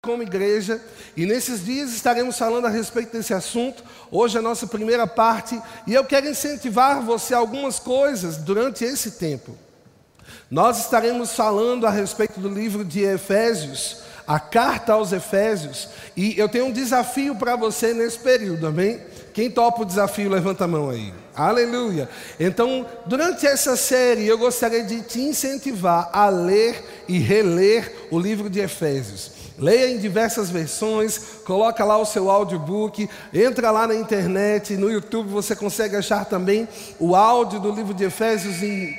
como igreja, e nesses dias estaremos falando a respeito desse assunto. Hoje é a nossa primeira parte, e eu quero incentivar você a algumas coisas durante esse tempo. Nós estaremos falando a respeito do livro de Efésios, a carta aos Efésios, e eu tenho um desafio para você nesse período, amém? Quem topa o desafio, levanta a mão aí. Aleluia! Então, durante essa série, eu gostaria de te incentivar a ler e reler o livro de Efésios. Leia em diversas versões, coloca lá o seu audiobook, entra lá na internet, no YouTube você consegue achar também o áudio do livro de Efésios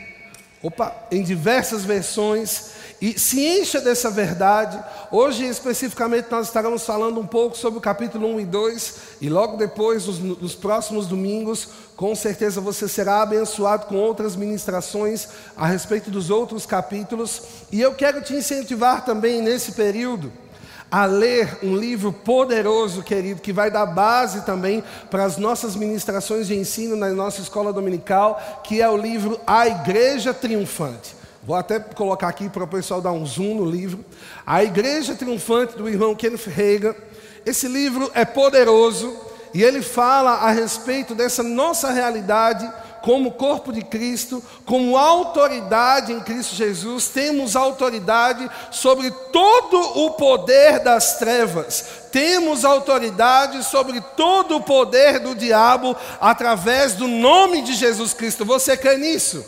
em diversas versões, e se encha dessa verdade. Hoje especificamente nós estaremos falando um pouco sobre o capítulo 1 e 2, e logo depois, nos próximos domingos, com certeza você será abençoado com outras ministrações a respeito dos outros capítulos. E eu quero te incentivar também nesse período a ler um livro poderoso, querido, que vai dar base também para as nossas ministrações de ensino na nossa escola dominical, que é o livro A Igreja Triunfante. Vou até colocar aqui para o pessoal dar um zoom no livro. A Igreja Triunfante, do irmão Kenneth Hagin. Esse livro é poderoso e ele fala a respeito dessa nossa realidade como corpo de Cristo, como autoridade em Cristo Jesus. Temos autoridade sobre todo o poder das trevas. Temos autoridade sobre todo o poder do diabo através do nome de Jesus Cristo. Você crê nisso?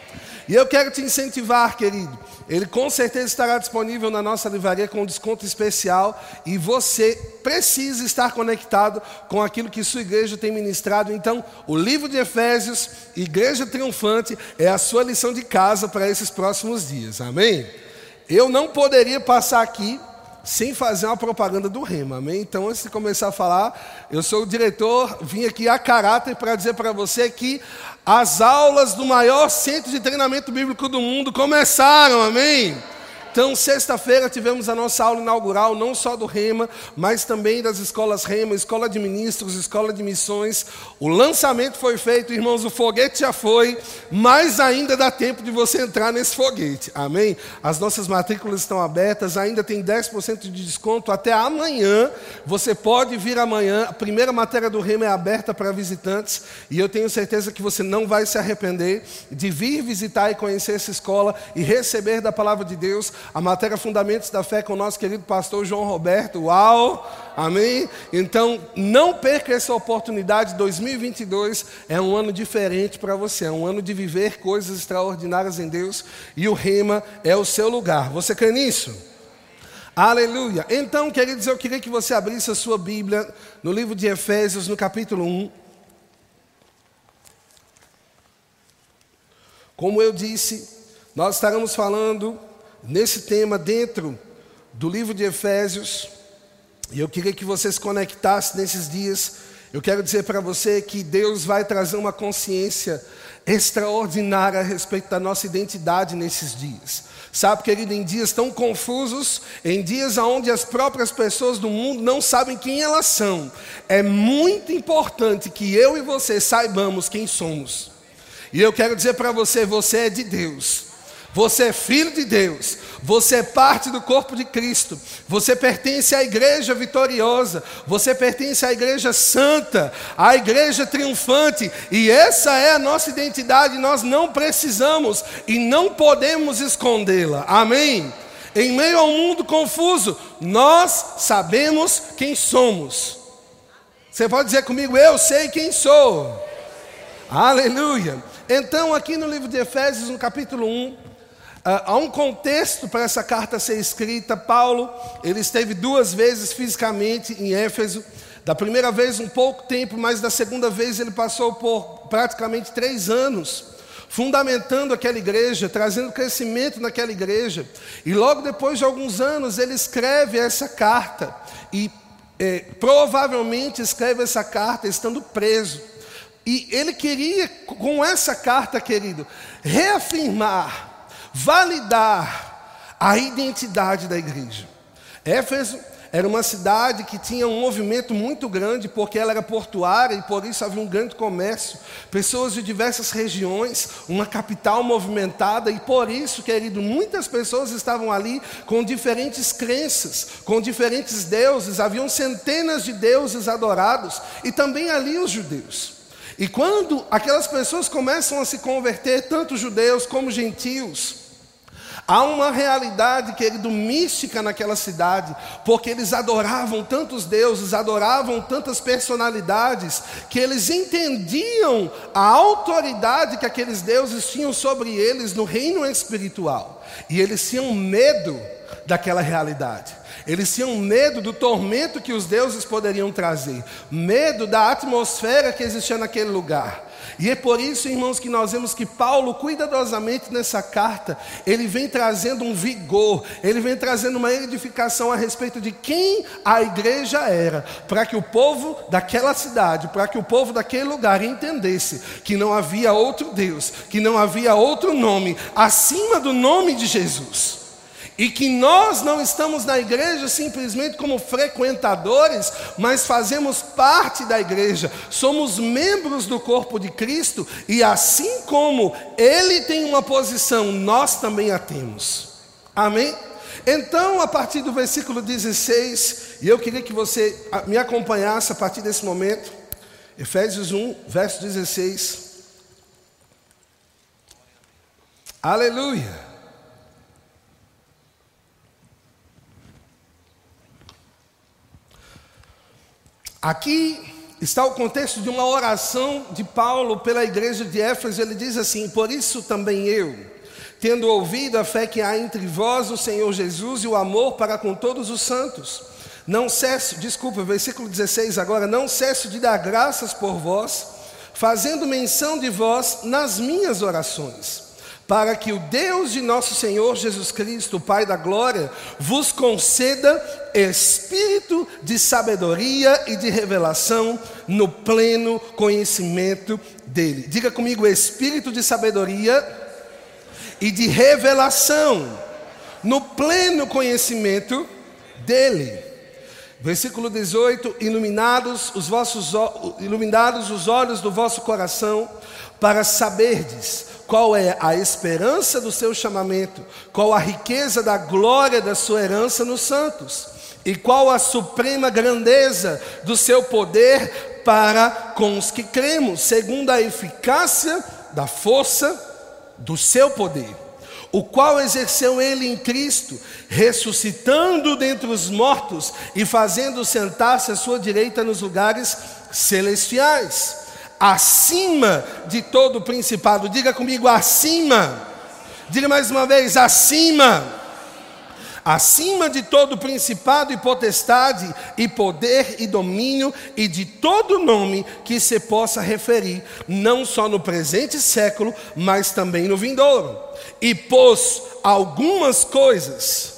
E eu quero te incentivar, querido. Ele com certeza estará disponível na nossa livraria com um desconto especial. E você precisa estar conectado com aquilo que sua igreja tem ministrado. Então, o livro de Efésios, Igreja Triunfante, é a sua lição de casa para esses próximos dias. Amém? Eu não poderia passar aqui sem fazer uma propaganda do Rema, amém? Então, antes de começar a falar, eu sou o diretor, vim aqui a caráter para dizer para você que as aulas do maior centro de treinamento bíblico do mundo começaram, amém? Então, sexta-feira tivemos a nossa aula inaugural, não só do Rema, mas também das escolas Rema, Escola de Ministros, Escola de Missões. O lançamento foi feito, irmãos, o foguete já foi, mas ainda dá tempo de você entrar nesse foguete, amém? As nossas matrículas estão abertas, ainda tem 10% de desconto até amanhã. Você pode vir amanhã, a primeira matéria do Rema é aberta para visitantes, e eu tenho certeza que você não vai se arrepender de vir visitar e conhecer essa escola e receber da palavra de Deus a matéria Fundamentos da Fé com o nosso querido pastor João Roberto. Uau! Amém? Então, não perca essa oportunidade. 2022 é um ano diferente para você. É um ano de viver coisas extraordinárias em Deus. E o Rema é o seu lugar. Você crê nisso? Aleluia! Então, queridos, eu queria que você abrisse a sua Bíblia no livro de Efésios, no capítulo 1. Como eu disse, nós estaremos falando nesse tema dentro do livro de Efésios, e eu queria que você se conectasse nesses dias. Eu quero dizer para você que Deus vai trazer uma consciência extraordinária a respeito da nossa identidade nesses dias. Sabe, querido, em dias tão confusos, em dias onde as próprias pessoas do mundo não sabem quem elas são, é muito importante que eu e você saibamos quem somos. E eu quero dizer para você, você é de Deus. Você é filho de Deus, você é parte do corpo de Cristo, você pertence à igreja vitoriosa, você pertence à igreja santa, à igreja triunfante, e essa é a nossa identidade. Nós não precisamos e não podemos escondê-la, amém? Em meio ao mundo confuso, nós sabemos quem somos. Você pode dizer comigo, eu sei quem sou. Aleluia! Então aqui no livro de Efésios, no capítulo 1, há um contexto para essa carta ser escrita. Paulo, ele esteve 2 vezes fisicamente em Éfeso. Da primeira vez um pouco tempo, mas da segunda vez ele passou por praticamente 3 anos, fundamentando aquela igreja, trazendo crescimento naquela igreja. E logo depois de alguns anos ele escreve essa carta, e provavelmente escreve essa carta estando preso. E ele queria, com essa carta, querido, reafirmar, validar a identidade da igreja. Éfeso Era uma cidade que tinha um movimento muito grande, porque ela era portuária e por isso havia um grande comércio. Pessoas de diversas regiões, uma capital movimentada, e por isso, querido, muitas pessoas estavam ali com diferentes crenças, com diferentes deuses. Haviam centenas de deuses adorados, e também ali os judeus. E quando aquelas pessoas começam a se converter, tanto judeus como gentios, há uma realidade, querido, mística naquela cidade, porque eles adoravam tantos deuses, adoravam tantas personalidades, que eles entendiam a autoridade que aqueles deuses tinham sobre eles no reino espiritual. E eles tinham medo daquela realidade. Eles tinham medo do tormento que os deuses poderiam trazer, medo da atmosfera que existia naquele lugar. E é por isso, irmãos, que nós vemos que Paulo, cuidadosamente nessa carta, ele vem trazendo um vigor, ele vem trazendo uma edificação a respeito de quem a igreja era, para que o povo daquela cidade, para que o povo daquele lugar entendesse que não havia outro Deus, que não havia outro nome acima do nome de Jesus. E que nós não estamos na igreja simplesmente como frequentadores, mas fazemos parte da igreja, somos membros do corpo de Cristo, e assim como Ele tem uma posição, nós também a temos. Amém? Então, a partir do versículo 16, e eu queria que você me acompanhasse a partir desse momento, Efésios 1, verso 16. Aleluia! Aqui está o contexto de uma oração de Paulo pela igreja de Éfeso. Ele diz assim: por isso também eu, tendo ouvido a fé que há entre vós, o Senhor Jesus, e o amor para com todos os santos, versículo 16 agora, não cesso de dar graças por vós, fazendo menção de vós nas minhas orações, para que o Deus de nosso Senhor Jesus Cristo, o Pai da glória, vos conceda espírito de sabedoria e de revelação no pleno conhecimento dele. Diga comigo: espírito de sabedoria e de revelação no pleno conhecimento dele. Versículo 18: iluminados os olhos do vosso coração, para saberdes qual é a esperança do seu chamamento, qual a riqueza da glória da sua herança nos santos, e qual a suprema grandeza do seu poder para com os que cremos, segundo a eficácia da força do seu poder, o qual exerceu ele em Cristo, ressuscitando dentre os mortos e fazendo sentar-se à sua direita nos lugares celestiais, acima de todo principado. Diga comigo: acima. Diga mais uma vez: acima. Acima de todo principado e potestade e poder e domínio e de todo nome que se possa referir, não só no presente século, mas também no vindouro. E pôs algumas coisas.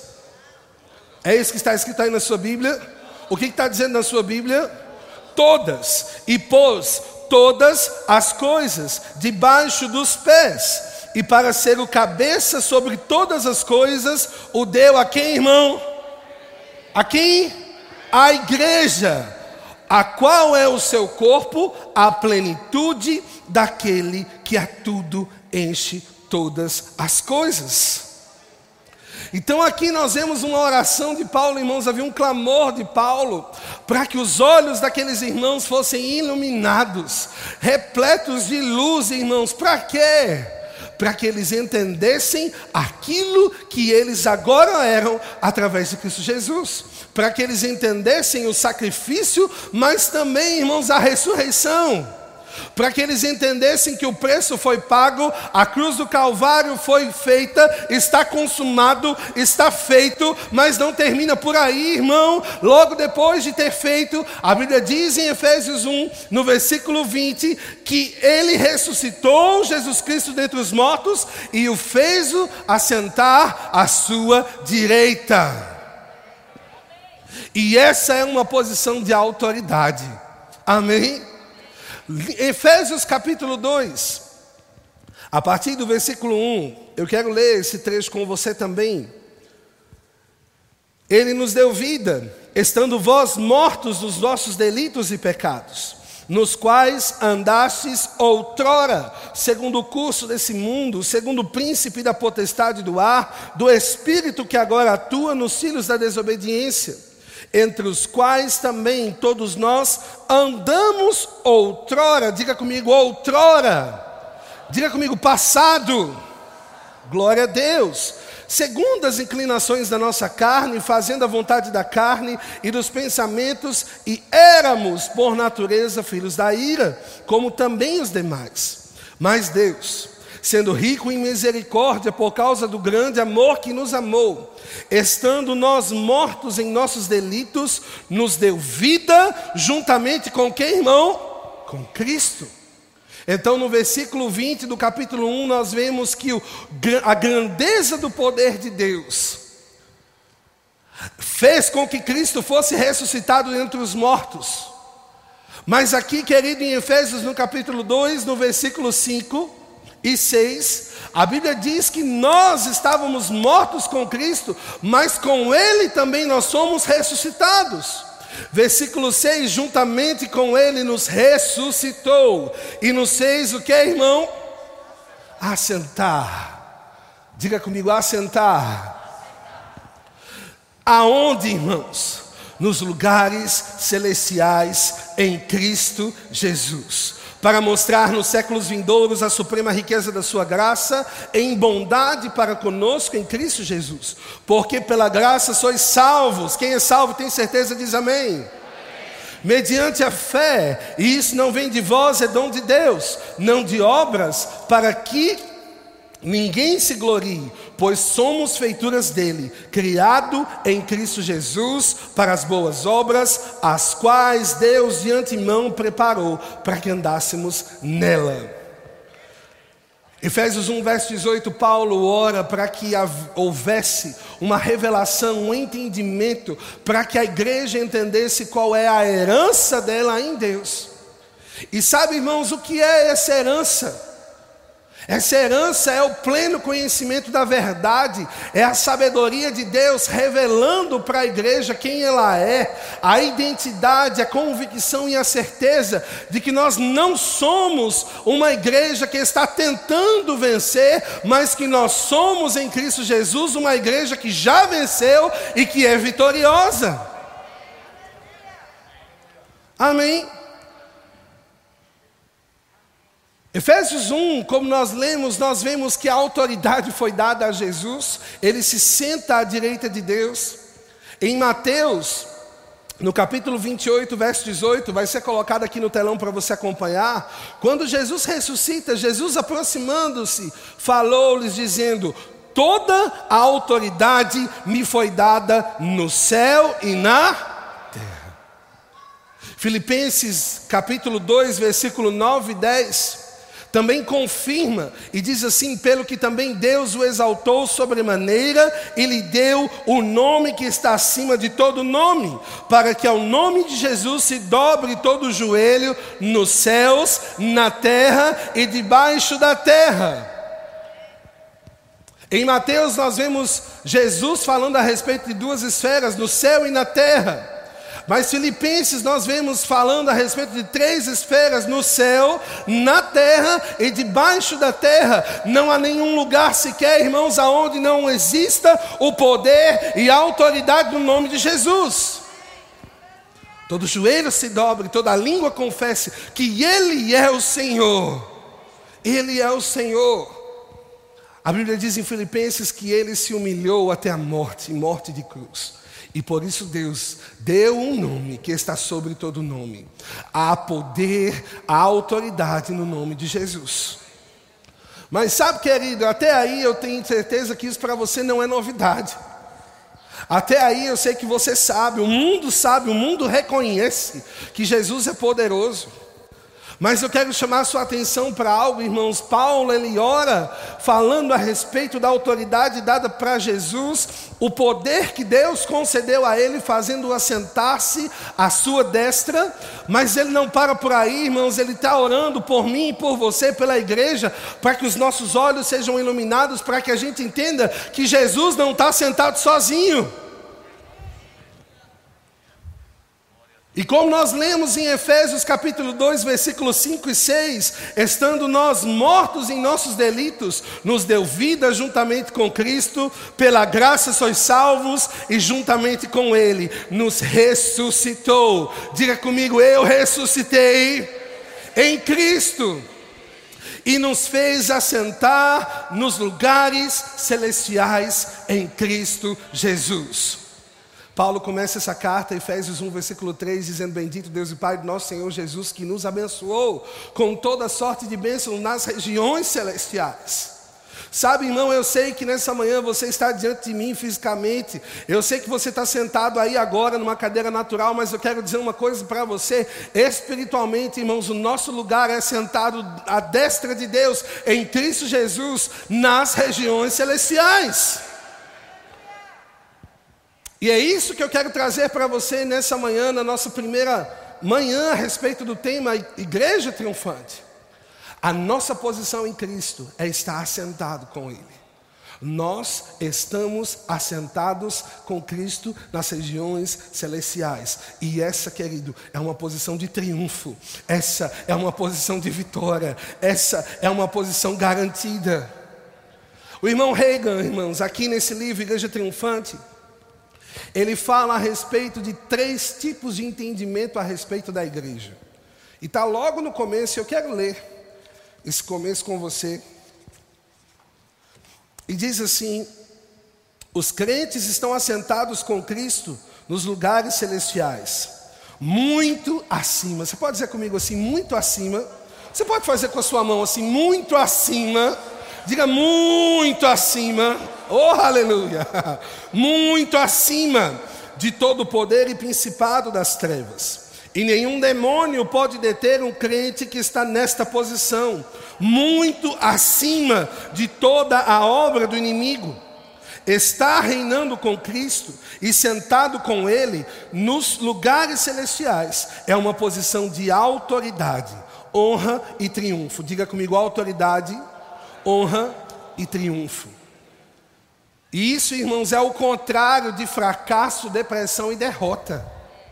É isso que está escrito aí na sua Bíblia? O que está dizendo na sua Bíblia? Todas. E pôs todas as coisas debaixo dos pés, e para ser o cabeça sobre todas as coisas, o deu a quem, irmão? A quem? A igreja, a qual é o seu corpo, a plenitude daquele que a tudo enche todas as coisas. Então aqui nós vemos uma oração de Paulo, irmãos. Havia um clamor de Paulo para que os olhos daqueles irmãos fossem iluminados, repletos de luz, irmãos. Para quê? Para que eles entendessem aquilo que eles agora eram através de Cristo Jesus, para que eles entendessem o sacrifício, mas também, irmãos, a ressurreição, para que eles entendessem que o preço foi pago, a cruz do Calvário foi feita, está consumado, está feito, mas não termina por aí, irmão. Logo depois de ter feito, a Bíblia diz em Efésios 1, no versículo 20, que ele ressuscitou Jesus Cristo dentre os mortos e o fez assentar à sua direita. E essa é uma posição de autoridade. Amém? Efésios capítulo 2, a partir do versículo 1, eu quero ler esse trecho com você também. Ele nos deu vida estando vós mortos dos vossos delitos e pecados, nos quais andastes outrora, segundo o curso desse mundo, segundo o príncipe da potestade do ar, do espírito que agora atua nos filhos da desobediência, entre os quais também todos nós andamos outrora. Diga comigo, outrora. Diga comigo, passado. Glória a Deus. Segundo as inclinações da nossa carne, fazendo a vontade da carne e dos pensamentos, e éramos, por natureza, filhos da ira, como também os demais. Mas Deus, sendo rico em misericórdia por causa do grande amor que nos amou, estando nós mortos em nossos delitos, nos deu vida juntamente com quem, irmão? Com Cristo. Então no versículo 20 do capítulo 1 nós vemos que a grandeza do poder de Deus fez com que Cristo fosse ressuscitado entre os mortos. Mas aqui, querido, em Efésios no capítulo 2, no versículo 5 e 6, a Bíblia diz que nós estávamos mortos com Cristo, mas com Ele também nós somos ressuscitados. Versículo 6, juntamente com Ele nos ressuscitou e nos fez o que, irmão? Assentar. Diga comigo, assentar. Aonde, irmãos? Nos lugares celestiais em Cristo Jesus, para mostrar nos séculos vindouros a suprema riqueza da sua graça, em bondade para conosco em Cristo Jesus. Porque pela graça sois salvos. Quem é salvo tem certeza, diz amém. Amém. Mediante a fé, e isso não vem de vós, é dom de Deus, não de obras, para que ninguém se glorie, pois somos feituras dele, criado em Cristo Jesus para as boas obras, as quais Deus de antemão preparou para que andássemos nela. Efésios 1, verso 18, Paulo ora para que houvesse uma revelação, um entendimento, para que a igreja entendesse qual é a herança dela em Deus. E sabe, irmãos, o que é essa herança? Essa herança é o pleno conhecimento da verdade, é a sabedoria de Deus revelando para a igreja quem ela é, a identidade, a convicção e a certeza de que nós não somos uma igreja que está tentando vencer, mas que nós somos em Cristo Jesus uma igreja que já venceu e que é vitoriosa. Amém? Efésios 1, como nós lemos, nós vemos que a autoridade foi dada a Jesus, ele se senta à direita de Deus. Em Mateus, no capítulo 28, verso 18, vai ser colocado aqui no telão para você acompanhar. Quando Jesus ressuscita, Jesus aproximando-se, falou-lhes dizendo: toda a autoridade me foi dada no céu e na terra. Filipenses capítulo 2, versículo 9 e 10, também confirma e diz assim: pelo que também Deus o exaltou sobremaneira e lhe deu o nome que está acima de todo nome, para que ao nome de Jesus se dobre todo o joelho nos céus, na terra e debaixo da terra. Em Mateus nós vemos Jesus falando a respeito de duas esferas, no céu e na terra. Mas Filipenses nós vemos falando a respeito de três esferas, no céu, na terra e debaixo da terra. Não há nenhum lugar sequer, irmãos, aonde não exista o poder e a autoridade no nome de Jesus. Todo joelho se dobre, toda língua confesse que Ele é o Senhor. Ele é o Senhor. A Bíblia diz em Filipenses que Ele se humilhou até a morte, morte de cruz. E por isso Deus deu um nome que está sobre todo nome. Há poder, há autoridade no nome de Jesus. Mas sabe, querido, até aí eu tenho certeza que isso para você não é novidade. Até aí eu sei que você sabe, o mundo reconhece que Jesus é poderoso. Mas eu quero chamar a sua atenção para algo, irmãos. Paulo, ele ora falando a respeito da autoridade dada para Jesus, o poder que Deus concedeu a ele, fazendo-o assentar-se à sua destra. Mas ele não para por aí, irmãos, ele está orando por mim e por você, pela igreja, para que os nossos olhos sejam iluminados, para que a gente entenda que Jesus não está sentado sozinho. E como nós lemos em Efésios capítulo 2, versículos 5 e 6, estando nós mortos em nossos delitos, nos deu vida juntamente com Cristo, pela graça sois salvos, e juntamente com Ele nos ressuscitou. Diga comigo, eu ressuscitei em Cristo. E nos fez assentar nos lugares celestiais em Cristo Jesus. Paulo começa essa carta, Efésios 1, versículo 3, dizendo: bendito Deus e Pai do nosso Senhor Jesus, que nos abençoou com toda sorte de bênçãos nas regiões celestiais. Sabe, irmão, eu sei que nessa manhã você está diante de mim fisicamente, eu sei que você está sentado aí agora numa cadeira natural, mas eu quero dizer uma coisa para você: espiritualmente, irmãos, o nosso lugar é sentado à destra de Deus, em Cristo Jesus, nas regiões celestiais. E é isso que eu quero trazer para você nessa manhã, na nossa primeira manhã, a respeito do tema Igreja Triunfante. A nossa posição em Cristo é estar assentado com Ele. Nós estamos assentados com Cristo nas regiões celestiais. E essa, querido, é uma posição de triunfo. Essa é uma posição de vitória. Essa é uma posição garantida. O irmão Reagan, irmãos, aqui nesse livro Igreja Triunfante, ele fala a respeito de 3 tipos de entendimento a respeito da igreja. E está logo no começo, eu quero ler esse começo com você. E diz assim: os crentes estão assentados com Cristo nos lugares celestiais, muito acima. Você pode dizer comigo assim, muito acima? Você pode fazer com a sua mão assim, muito acima. Diga, muito acima. Oh, aleluia. Muito acima de todo poder e principado das trevas. E nenhum demônio pode deter um crente que está nesta posição. Muito acima de toda a obra do inimigo. Estar reinando com Cristo e sentado com Ele nos lugares celestiais é uma posição de autoridade, honra e triunfo. Diga comigo, autoridade, honra e triunfo. E isso, irmãos, é o contrário de fracasso, depressão e derrota.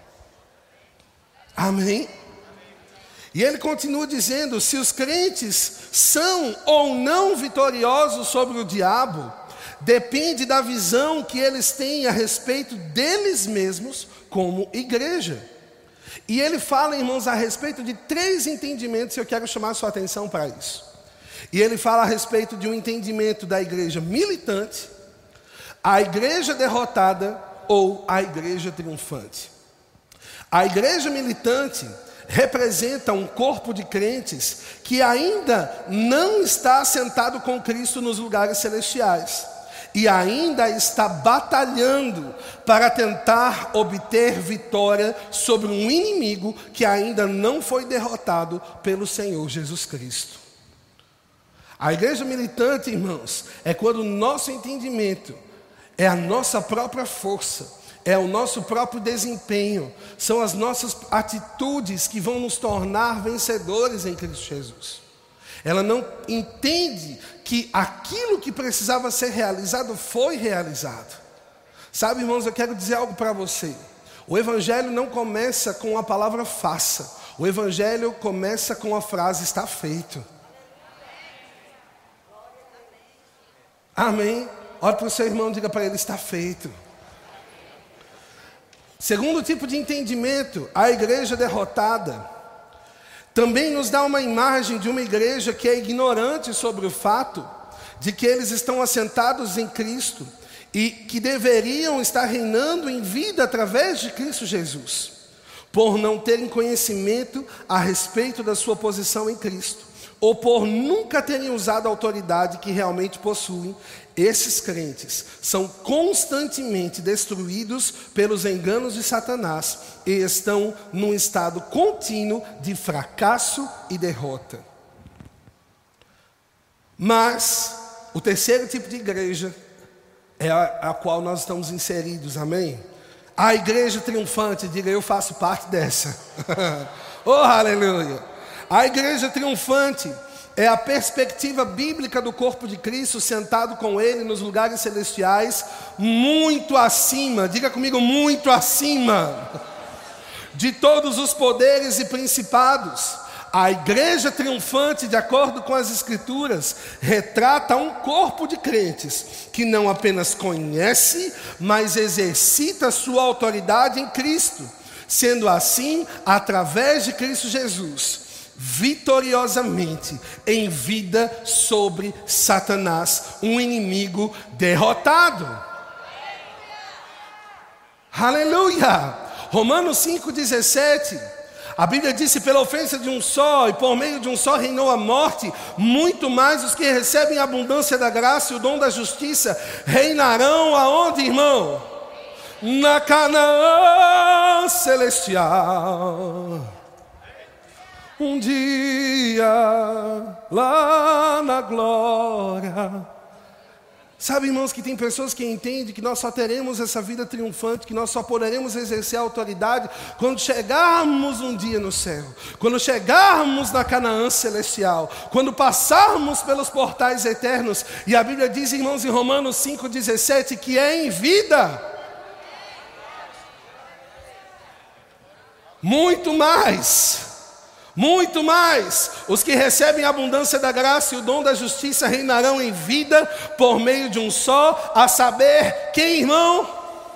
Amém? E ele continua dizendo: se os crentes são ou não vitoriosos sobre o diabo, depende da visão que eles têm a respeito deles mesmos como igreja. E ele fala, irmãos, a respeito de 3 entendimentos, e eu quero chamar a sua atenção para isso. E ele fala a respeito de um entendimento da igreja militante, a igreja derrotada ou a igreja triunfante. A igreja militante representa um corpo de crentes que ainda não está assentado com Cristo nos lugares celestiais e ainda está batalhando para tentar obter vitória sobre um inimigo que ainda não foi derrotado pelo Senhor Jesus Cristo. A igreja militante, irmãos, é quando o nosso entendimento é a nossa própria força, é o nosso próprio desempenho, são as nossas atitudes que vão nos tornar vencedores em Cristo Jesus. Ela não entende que aquilo que precisava ser realizado foi realizado. Sabe, irmãos, eu quero dizer algo para você. O evangelho não começa com a palavra faça. O evangelho começa com a frase está feito. Amém? Olha para o seu irmão e diga para ele, está feito. Segundo tipo de entendimento, a igreja derrotada também nos dá uma imagem de uma igreja que é ignorante sobre o fato de que eles estão assentados em Cristo e que deveriam estar reinando em vida através de Cristo Jesus, por não terem conhecimento a respeito da sua posição em Cristo, ou por nunca terem usado a autoridade que realmente possuem. Esses crentes são constantemente destruídos pelos enganos de Satanás e estão num estado contínuo de fracasso e derrota. Mas o terceiro tipo de igreja é a qual nós estamos inseridos, amém? A igreja triunfante, diga, eu faço parte dessa. Oh, aleluia! A igreja triunfante é a perspectiva bíblica do corpo de Cristo sentado com Ele nos lugares celestiais, muito acima, diga comigo, muito acima de todos os poderes e principados. A igreja triunfante, de acordo com as Escrituras, retrata um corpo de crentes que não apenas conhece, mas exercita sua autoridade em Cristo, sendo assim, através de Cristo Jesus, vitoriosamente em vida sobre Satanás, um inimigo derrotado. Aleluia! Romanos 5,17, a Bíblia disse: pela ofensa de um só, e por meio de um só reinou a morte, muito mais os que recebem a abundância da graça e o dom da justiça reinarão aonde, irmão? Na Canaã celestial. Um dia lá na glória. Sabe, irmãos, que tem pessoas que entendem que nós só teremos essa vida triunfante, que nós só poderemos exercer a autoridade quando chegarmos um dia no céu, quando chegarmos na Canaã celestial, quando passarmos pelos portais eternos. E a Bíblia diz, irmãos, em Romanos 5,17, que é em vida. Muito mais, os que recebem a abundância da graça e o dom da justiça reinarão em vida por meio de um só, a saber, quem, irmão?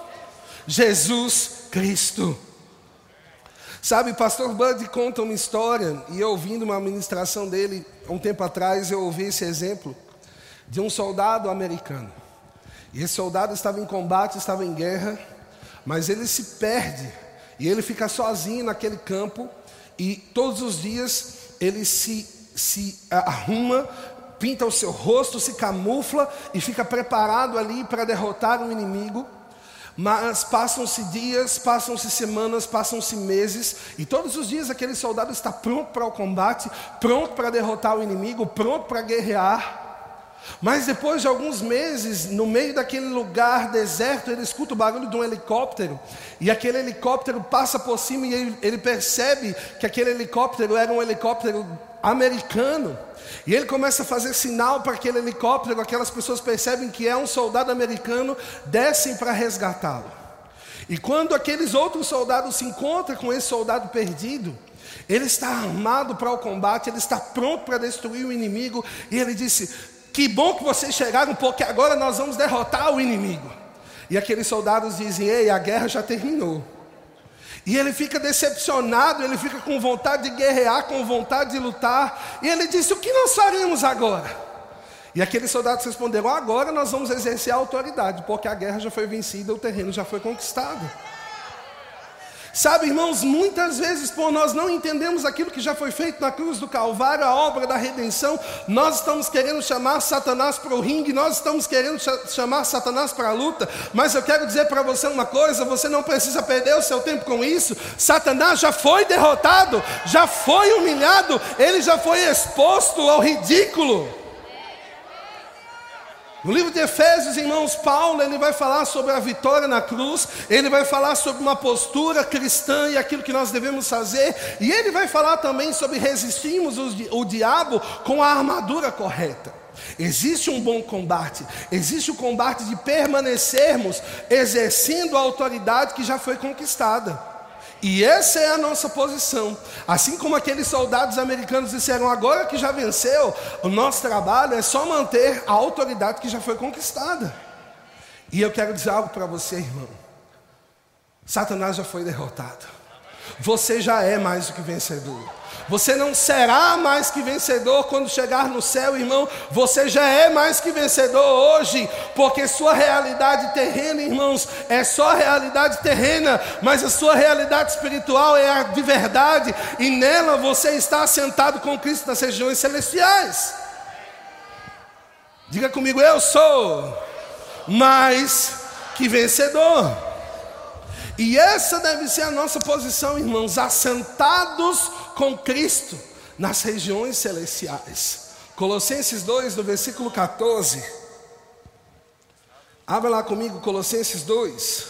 Jesus Cristo. Sabe, pastor Bud conta uma história, e eu ouvindo uma ministração dele, um tempo atrás, eu ouvi esse exemplo, de um soldado americano. E esse soldado estava em combate, estava em guerra, mas ele se perde. E ele fica sozinho naquele campo, e todos os dias ele se arruma, pinta o seu rosto, se camufla e fica preparado ali para derrotar o inimigo. Mas passam-se dias, passam-se semanas, passam-se meses, e todos os dias aquele soldado está pronto para o combate, pronto para derrotar o inimigo, pronto para guerrear. Mas depois de alguns meses, no meio daquele lugar deserto, ele escuta o barulho de um helicóptero, e aquele helicóptero passa por cima, e ele percebe que aquele helicóptero era um helicóptero americano. E ele começa a fazer sinal para aquele helicóptero, aquelas pessoas percebem que é um soldado americano, descem para resgatá-lo. E quando aqueles outros soldados se encontram com esse soldado perdido, ele está armado para o combate, ele está pronto para destruir o inimigo, e ele disse: que bom que vocês chegaram, porque agora nós vamos derrotar o inimigo. E aqueles soldados dizem: ei, a guerra já terminou. E ele fica decepcionado, ele fica com vontade de guerrear, com vontade de lutar. E ele disse: o que nós faremos agora? E aqueles soldados responderam: agora nós vamos exercer a autoridade, porque a guerra já foi vencida, o terreno já foi conquistado. Sabe, irmãos, muitas vezes por nós não entendemos aquilo que já foi feito na cruz do Calvário, a obra da redenção, nós estamos querendo chamar Satanás para o ringue, nós estamos querendo chamar Satanás para a luta. Mas eu quero dizer para você uma coisa: você não precisa perder o seu tempo com isso. Satanás já foi derrotado, já foi humilhado, ele já foi exposto ao ridículo. No livro de Efésios, irmãos, Paulo, ele vai falar sobre a vitória na cruz, ele vai falar sobre uma postura cristã e aquilo que nós devemos fazer, e ele vai falar também sobre resistirmos o diabo com a armadura correta. Existe um bom combate, existe o combate de permanecermos exercendo a autoridade que já foi conquistada. E essa é a nossa posição. Assim como aqueles soldados americanos disseram: agora que já venceu, o nosso trabalho é só manter a autoridade que já foi conquistada. E eu quero dizer algo para você, irmão: Satanás já foi derrotado. Você já é mais do que vencedor. Você não será mais que vencedor quando chegar no céu, irmão. Você já é mais que vencedor hoje, porque sua realidade terrena, irmãos, é só realidade terrena, mas a sua realidade espiritual é a de verdade, e nela você está assentado com Cristo nas regiões celestiais. Diga comigo: eu sou mais que vencedor. E essa deve ser a nossa posição, irmãos, assentados com Cristo nas regiões celestiais. Colossenses 2, no versículo 14. Abra lá comigo, Colossenses 2.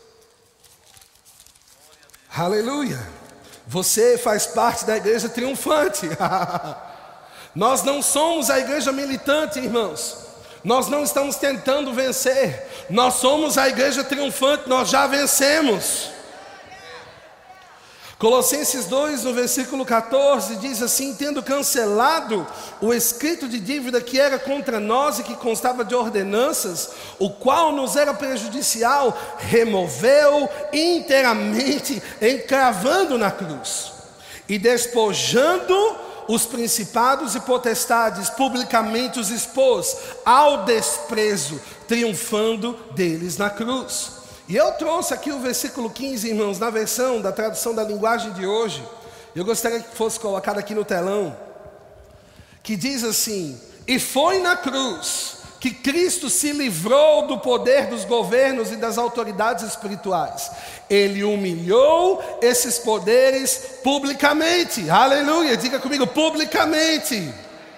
Aleluia. Você faz parte da igreja triunfante. Nós não somos a igreja militante, irmãos. Nós não estamos tentando vencer. Nós somos a igreja triunfante, nós já vencemos. Colossenses 2, no versículo 14, diz assim: tendo cancelado o escrito de dívida que era contra nós e que constava de ordenanças, o qual nos era prejudicial, removeu inteiramente, encravando na cruz, e despojando os principados e potestades, publicamente os expôs ao desprezo, triunfando deles na cruz. E eu trouxe aqui o versículo 15, irmãos, na versão da tradução da linguagem de hoje. Eu gostaria que fosse colocado aqui no telão, que diz assim: e foi na cruz que Cristo se livrou do poder dos governos e das autoridades espirituais. Ele humilhou esses poderes publicamente. Aleluia, diga comigo, publicamente.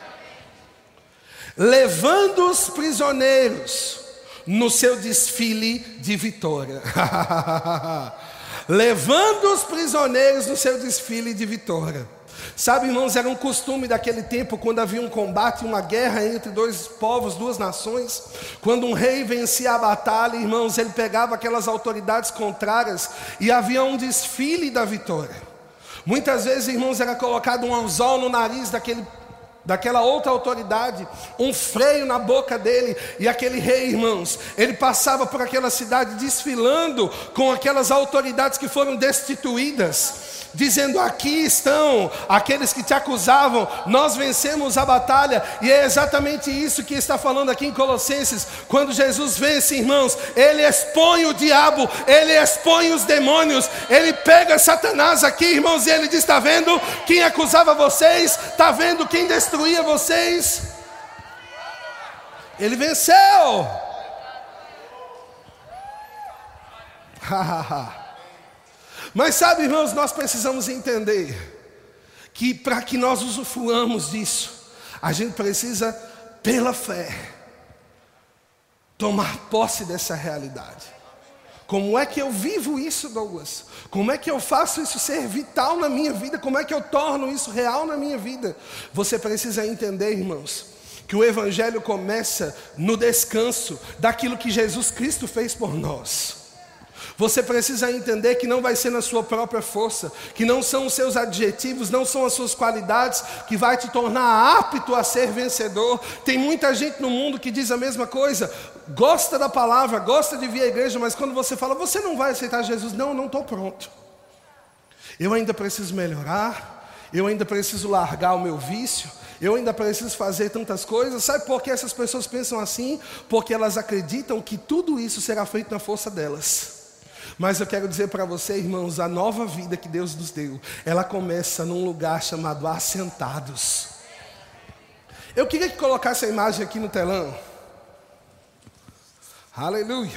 Levando os prisioneiros no seu desfile de vitória. Levando os prisioneiros no seu desfile de vitória. Sabe, irmãos, era um costume daquele tempo, quando havia um combate, uma guerra entre dois povos, duas nações. Quando um rei vencia a batalha, irmãos, ele pegava aquelas autoridades contrárias e havia um desfile da vitória. Muitas vezes, irmãos, era colocado um anzol no nariz daquela outra autoridade, um freio na boca dele, e aquele rei, irmãos, ele passava por aquela cidade desfilando com aquelas autoridades que foram destituídas, dizendo: aqui estão aqueles que te acusavam, nós vencemos a batalha. E é exatamente isso que está falando aqui em Colossenses. Quando Jesus vence, irmãos, ele expõe o diabo, ele expõe os demônios, ele pega Satanás aqui, irmãos, e ele diz: está vendo quem acusava vocês? Está vendo quem destruía vocês? Ele venceu. Mas sabe, irmãos, nós precisamos entender que para que nós usufruamos disso, a gente precisa, pela fé, tomar posse dessa realidade. Como é que eu vivo isso, Douglas? Como é que eu faço isso ser vital na minha vida? Como é que eu torno isso real na minha vida? Você precisa entender, irmãos, que o Evangelho começa no descanso daquilo que Jesus Cristo fez por nós. Você precisa entender que não vai ser na sua própria força, que não são os seus adjetivos, não são as suas qualidades que vai te tornar apto a ser vencedor. Tem muita gente no mundo que diz a mesma coisa, gosta da palavra, gosta de vir à igreja, mas quando você fala: você não vai aceitar Jesus? Não estou pronto. Eu ainda preciso melhorar, eu ainda preciso largar o meu vício, eu ainda preciso fazer tantas coisas. Sabe por que essas pessoas pensam assim? Porque elas acreditam que tudo isso será feito na força delas. Mas eu quero dizer para você, irmãos, a nova vida que Deus nos deu, ela começa num lugar chamado assentados. Eu queria que colocasse a imagem aqui no telão. Aleluia.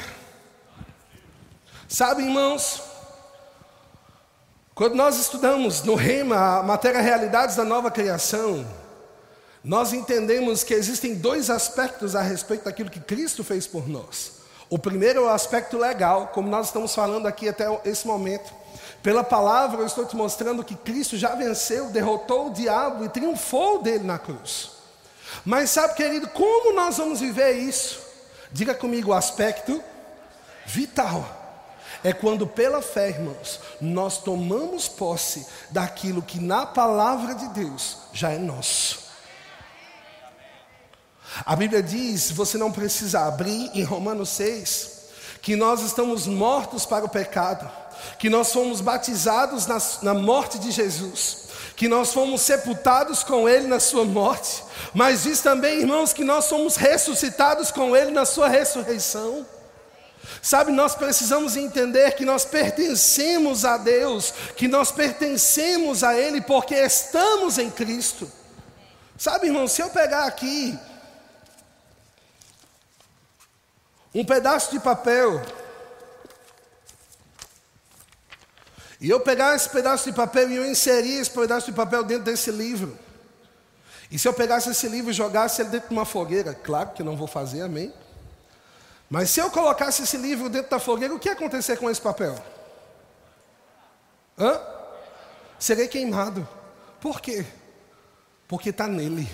Sabe, irmãos, quando nós estudamos no Rema a matéria Realidades da Nova Criação, nós entendemos que existem dois aspectos a respeito daquilo que Cristo fez por nós. O primeiro é o aspecto legal, como nós estamos falando aqui até esse momento. Pela palavra eu estou te mostrando que Cristo já venceu, derrotou o diabo e triunfou dele na cruz. Mas sabe, querido, como nós vamos viver isso? Diga comigo, o aspecto vital. É quando pela fé, irmãos, nós tomamos posse daquilo que na palavra de Deus já é nosso. A Bíblia diz, você não precisa abrir, em Romanos 6, que nós estamos mortos para o pecado, que nós fomos batizados na morte de Jesus, que nós fomos sepultados com Ele na sua morte, mas diz também, irmãos, que nós somos ressuscitados com Ele na sua ressurreição. Sabe, nós precisamos entender que nós pertencemos a Deus, que nós pertencemos a Ele porque estamos em Cristo. Sabe, irmão, se eu pegar aqui um pedaço de papel, e eu pegar esse pedaço de papel e eu inserir esse pedaço de papel dentro desse livro, e se eu pegasse esse livro e jogasse ele dentro de uma fogueira, claro que não vou fazer, amém? Mas se eu colocasse esse livro dentro da fogueira, o que ia acontecer com esse papel? Serei queimado. Por quê? Porque está nele.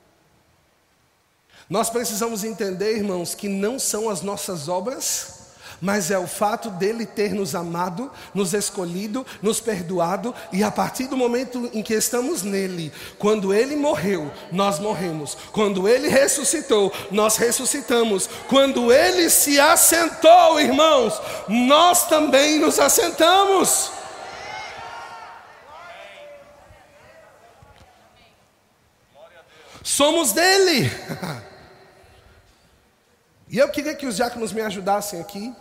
Nós precisamos entender, irmãos, que não são as nossas obras, mas é o fato dele ter nos amado, nos escolhido, nos perdoado, e a partir do momento em que estamos nele, quando ele morreu, nós morremos, quando ele ressuscitou, nós ressuscitamos, quando ele se assentou, irmãos, nós também nos assentamos. Somos dele. E eu queria que os diáconos me ajudassem aqui.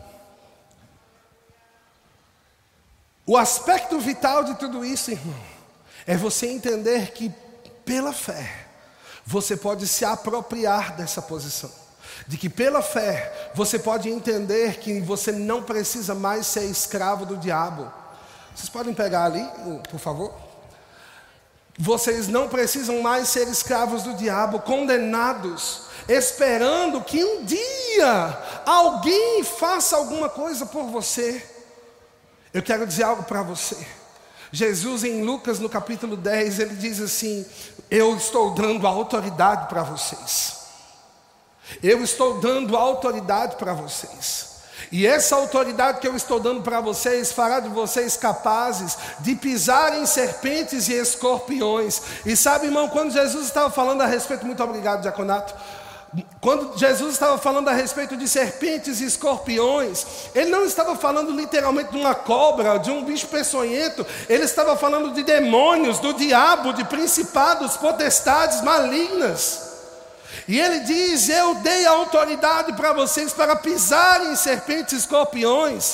O aspecto vital de tudo isso, irmão, é você entender que pela fé você pode se apropriar dessa posição. De que pela fé você pode entender que você não precisa mais ser escravo do diabo. Vocês podem pegar ali, por favor? Vocês não precisam mais ser escravos do diabo, condenados, esperando que um dia alguém faça alguma coisa por você. Eu quero dizer algo para você. Jesus em Lucas no capítulo 10, ele diz assim: eu estou dando autoridade para vocês. Eu estou dando autoridade para vocês. E essa autoridade que eu estou dando para vocês fará de vocês capazes de pisar em serpentes e escorpiões. E sabe, irmão, quando Jesus estava falando a respeito, muito obrigado, diaconato. Quando Jesus estava falando a respeito de serpentes e escorpiões, ele não estava falando literalmente de uma cobra, de um bicho peçonhento. Ele estava falando de demônios, do diabo, de principados, potestades malignas. E ele diz: eu dei autoridade para vocês para pisarem em serpentes e escorpiões,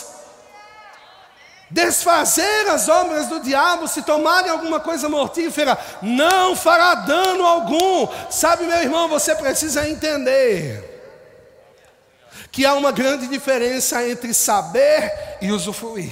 desfazer as obras do diabo. Se tomarem alguma coisa mortífera, não fará dano algum. Sabe, meu irmão, você precisa entender que há uma grande diferença entre saber e usufruir.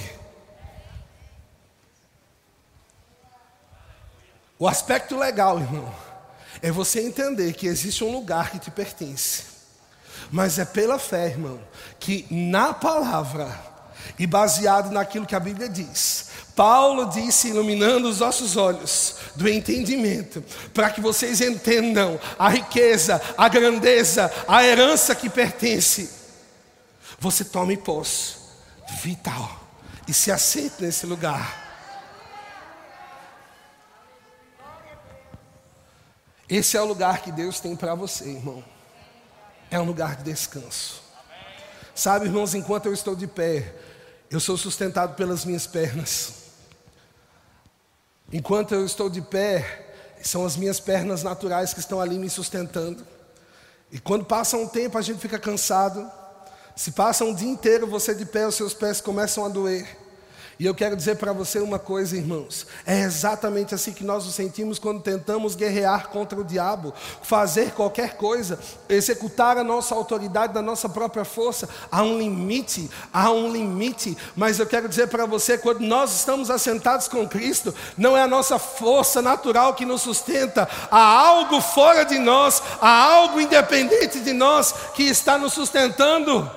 O aspecto legal, irmão, é você entender que existe um lugar que te pertence. Mas é pela fé, irmão, que na palavra e baseado naquilo que a Bíblia diz, Paulo disse, iluminando os nossos olhos do entendimento, para que vocês entendam a riqueza, a grandeza, a herança que pertence. Você tome posse vital e se assente nesse lugar. Esse é o lugar que Deus tem para você, irmão. É um lugar de descanso. Sabe, irmãos, enquanto eu estou de pé, eu sou sustentado pelas minhas pernas. Enquanto eu estou de pé, são as minhas pernas naturais que estão ali me sustentando. E quando passa um tempo, a gente fica cansado. Se passa um dia inteiro você de pé, os seus pés começam a doer. E eu quero dizer para você uma coisa, irmãos. É exatamente assim que nós nos sentimos quando tentamos guerrear contra o diabo. Fazer qualquer coisa, executar a nossa autoridade da nossa própria força. Há um limite. Mas eu quero dizer para você, quando nós estamos assentados com Cristo, não é a nossa força natural que nos sustenta. Há algo fora de nós, há algo independente de nós que está nos sustentando.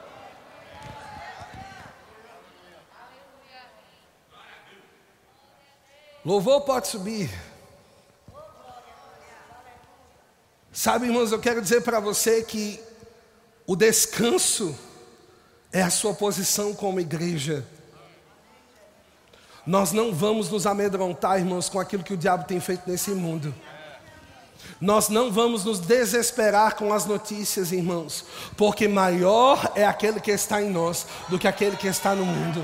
Louvor pode subir. Sabe, irmãos, eu quero dizer para você que o descanso é a sua posição como igreja. Nós não vamos nos amedrontar, irmãos, com aquilo que o diabo tem feito nesse mundo. Nós não vamos nos desesperar com as notícias, irmãos, porque maior é aquele que está em nós do que aquele que está no mundo.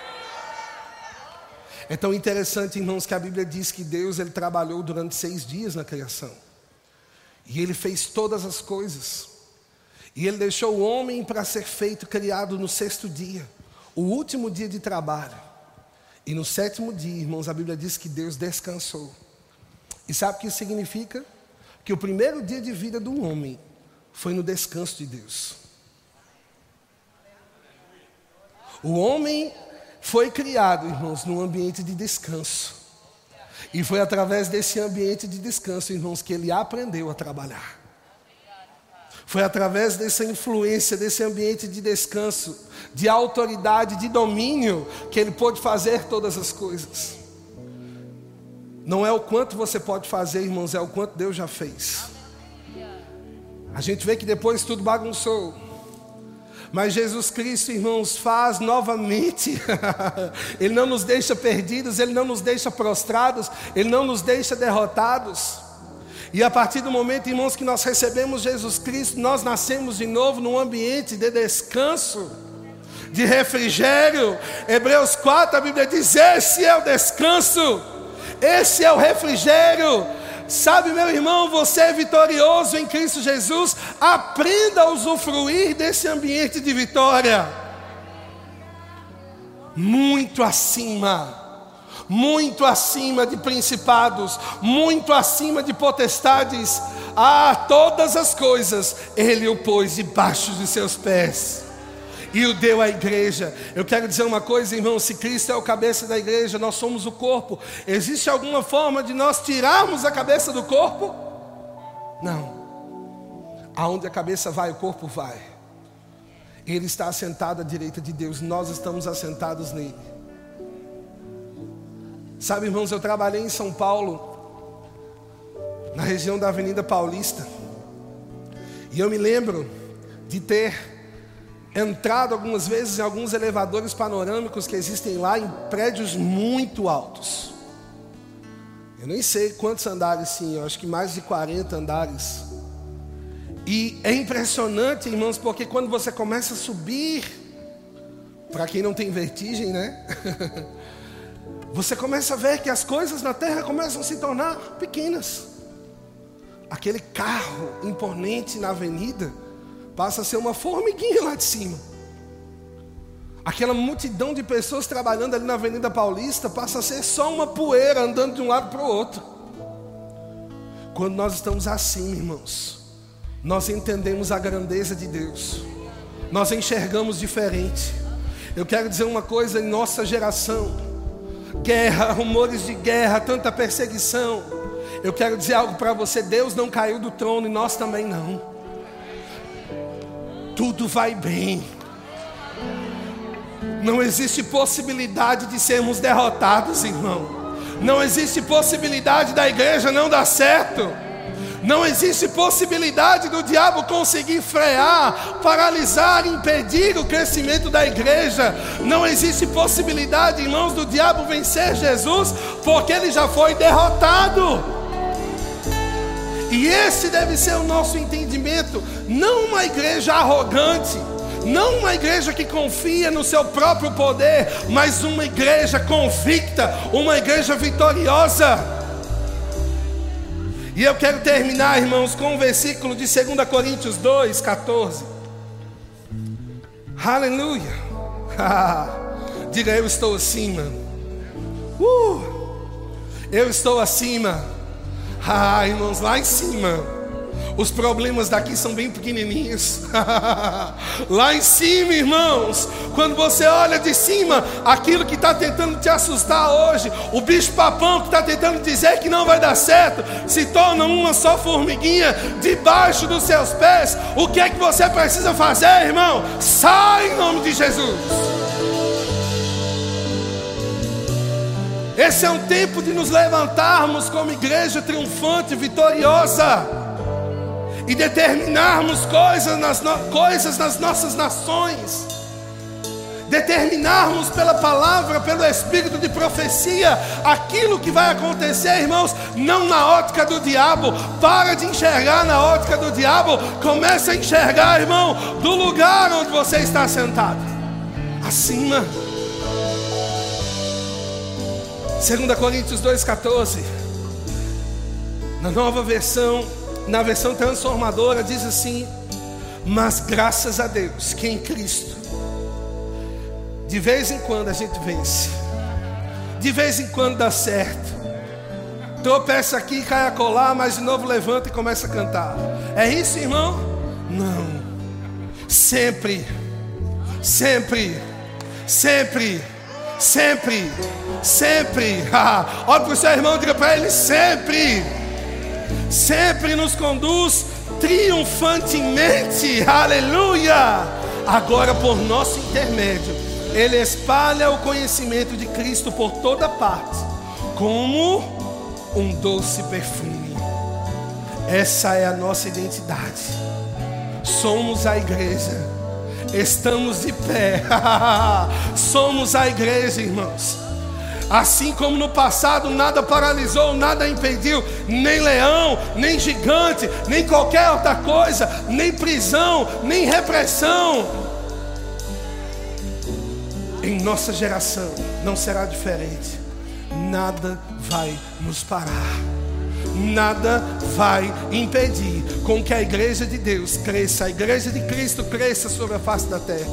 É tão interessante, irmãos, que a Bíblia diz que Deus ele trabalhou durante 6 dias na criação. E Ele fez todas as coisas. E Ele deixou o homem para ser feito, criado no 6º dia. O último dia de trabalho. E no 7º dia, irmãos, a Bíblia diz que Deus descansou. E sabe o que isso significa? Que o primeiro dia de vida do homem foi no descanso de Deus. O homem foi criado, irmãos, num ambiente de descanso. E foi através desse ambiente de descanso, irmãos, que ele aprendeu a trabalhar. Foi através dessa influência, desse ambiente de descanso, de autoridade, de domínio, que ele pôde fazer todas as coisas. Não é o quanto você pode fazer, irmãos, é o quanto Deus já fez. A gente vê que depois tudo bagunçou. Mas Jesus Cristo, irmãos, faz novamente. Ele não nos deixa perdidos, Ele não nos deixa prostrados, Ele não nos deixa derrotados. E a partir do momento, irmãos, que nós recebemos Jesus Cristo, nós nascemos de novo num ambiente de descanso, de refrigério. Hebreus 4, a Bíblia diz: esse é o descanso, esse é o refrigério. Sabe, meu irmão, você é vitorioso em Cristo Jesus. Aprenda a usufruir desse ambiente de vitória. Muito acima de principados, muito acima de potestades. Todas as coisas Ele o pôs debaixo de seus pés e o deu à igreja. Eu quero dizer uma coisa, irmão: se Cristo é o cabeça da igreja, nós somos o corpo. Existe alguma forma de nós tirarmos a cabeça do corpo? Não. Aonde a cabeça vai, o corpo vai. Ele está assentado à direita de Deus, nós estamos assentados nele. Sabe, irmãos, eu trabalhei em São Paulo, na região da Avenida Paulista, e eu me lembro de ter entrado algumas vezes em alguns elevadores panorâmicos que existem lá, em prédios muito altos. Eu nem sei quantos andares sim, eu acho que mais de 40 andares. E é impressionante, irmãos, porque quando você começa a subir, para quem não tem vertigem, né? Você começa a ver que as coisas na terra começam a se tornar pequenas. Aquele carro imponente na avenida passa a ser uma formiguinha lá de cima. Aquela multidão de pessoas trabalhando ali na Avenida Paulista passa a ser só uma poeira andando de um lado para o outro. Quando nós estamos assim, irmãos, nós entendemos a grandeza de Deus, nós enxergamos diferente. Eu quero dizer uma coisa: em nossa geração, guerra, rumores de guerra, tanta perseguição. Eu quero dizer algo para você: Deus não caiu do trono e nós também não. Tudo vai bem. Não existe possibilidade de sermos derrotados, irmão. Não existe possibilidade da igreja não dar certo. Não existe possibilidade do diabo conseguir frear, paralisar, impedir o crescimento da igreja. Não existe possibilidade, irmãos, do diabo vencer Jesus, porque ele já foi derrotado. E esse deve ser o nosso entendimento. Não uma igreja arrogante, não uma igreja que confia no seu próprio poder, mas uma igreja convicta, uma igreja vitoriosa. E eu quero terminar, irmãos, com um versículo de 2 Coríntios 2, 14. Aleluia. Diga: eu estou acima. Eu estou acima. Irmãos, lá em cima, os problemas daqui são bem pequenininhos. Lá em cima, irmãos, quando você olha de cima, aquilo que está tentando te assustar hoje, o bicho papão que está tentando dizer que não vai dar certo, se torna uma só formiguinha debaixo dos seus pés. O que é que você precisa fazer, irmão? Sai em nome de Jesus. Esse é um tempo de nos levantarmos como igreja triunfante, vitoriosa, e determinarmos coisas nas nossas nações, determinarmos pela palavra, pelo espírito de profecia, aquilo que vai acontecer, irmãos, não na ótica do diabo. Para de enxergar na ótica do diabo, comece a enxergar, irmão, do lugar onde você está sentado, acima. 2 Coríntios 2,14, na nova versão, na versão transformadora, diz assim: mas graças a Deus que em Cristo, de vez em quando a gente vence, de vez em quando dá certo, tropeça aqui, cai acolá, mas de novo levanta e começa a cantar. É isso, irmão? Não. Sempre, sempre, sempre, sempre, sempre. Olha para o seu irmão, diga para ele: sempre, sempre nos conduz triunfantemente, aleluia. Agora, por nosso intermédio, Ele espalha o conhecimento de Cristo por toda parte, como um doce perfume. Essa é a nossa identidade. Somos a igreja. Estamos de pé. Somos a igreja, irmãos. Assim como no passado nada paralisou, nada impediu, nem leão, nem gigante, nem qualquer outra coisa, nem prisão, nem repressão. Em nossa geração não será diferente. Nada vai nos parar. Nada vai impedir com que a igreja de Deus cresça, a igreja de Cristo cresça sobre a face da terra.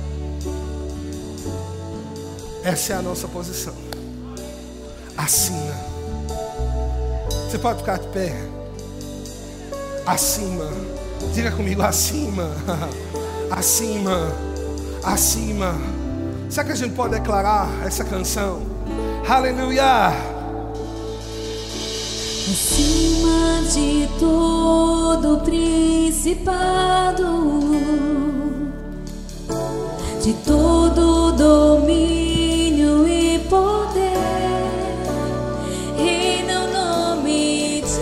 Essa é a nossa posição. Acima. Você pode ficar de pé. Acima. Diga comigo, acima. Acima. Acima. Será que a gente pode declarar essa canção? Aleluia. Acima de todo principado, de todo domínio e poder, reina o nome de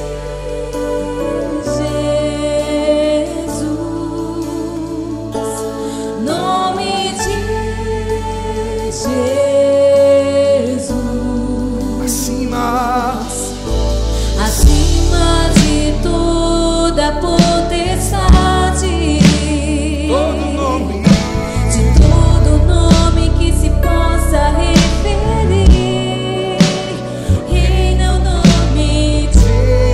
Jesus, nome de Jesus. Acima de toda potestade, Todo nome, de todo nome que se possa referir, reina o nome de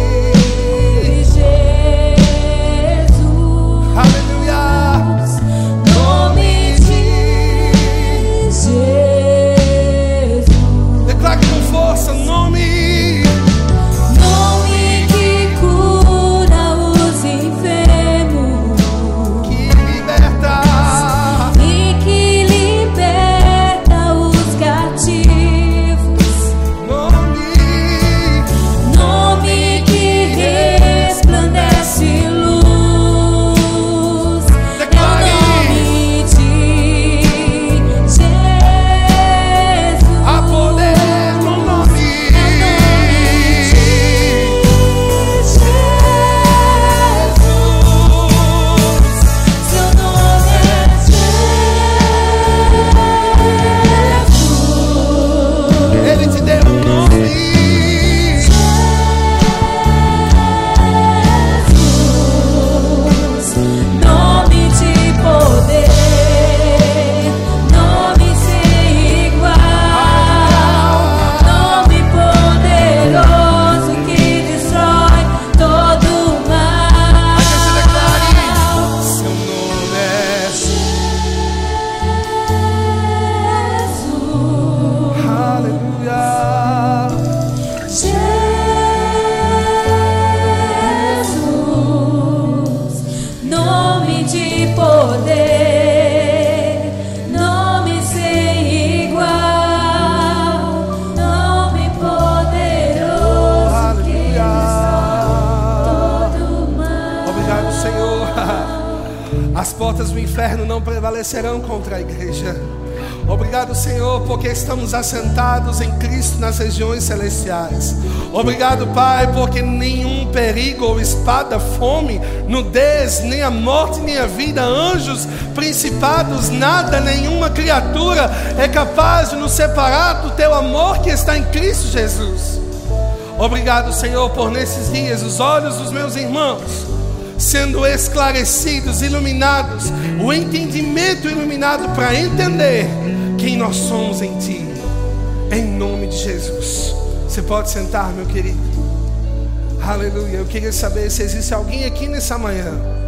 Jesus. aleluia. Nome de Jesus. Declare com força, nome. Nome que cura os enfermos Que liberta. e que liberta os cativos. Nome que resplandece luz. É o Declare. nome de Jesus. Há poder no nome. É o nome de Jesus. Seu nome é Jesus. Ele te deu um nome. Jesus, nome de poder, nome sem igual, nome poderoso que destrói todo o mal. Você declare. Seu nome é Jesus, aleluia. Jesus, nome de poder, nome sem igual, nome poderoso que destrói todo o mal. Obrigado, Senhor. As portas do inferno não prevalecerão contra a igreja. Obrigado, Senhor, porque estamos assentados em Cristo nas regiões celestiais. Obrigado, Pai, porque nenhum perigo ou espada, fome, nudez, nem a morte, nem a vida, anjos, principados, nada, nenhuma criatura é capaz de nos separar do Teu amor que está em Cristo Jesus. Obrigado, Senhor, por nesses dias os olhos dos meus irmãos sendo esclarecidos, iluminados, o entendimento iluminado para entender quem nós somos em Ti, em nome de Jesus. Você pode sentar, meu querido. Aleluia. Eu queria saber se existe alguém aqui nessa manhã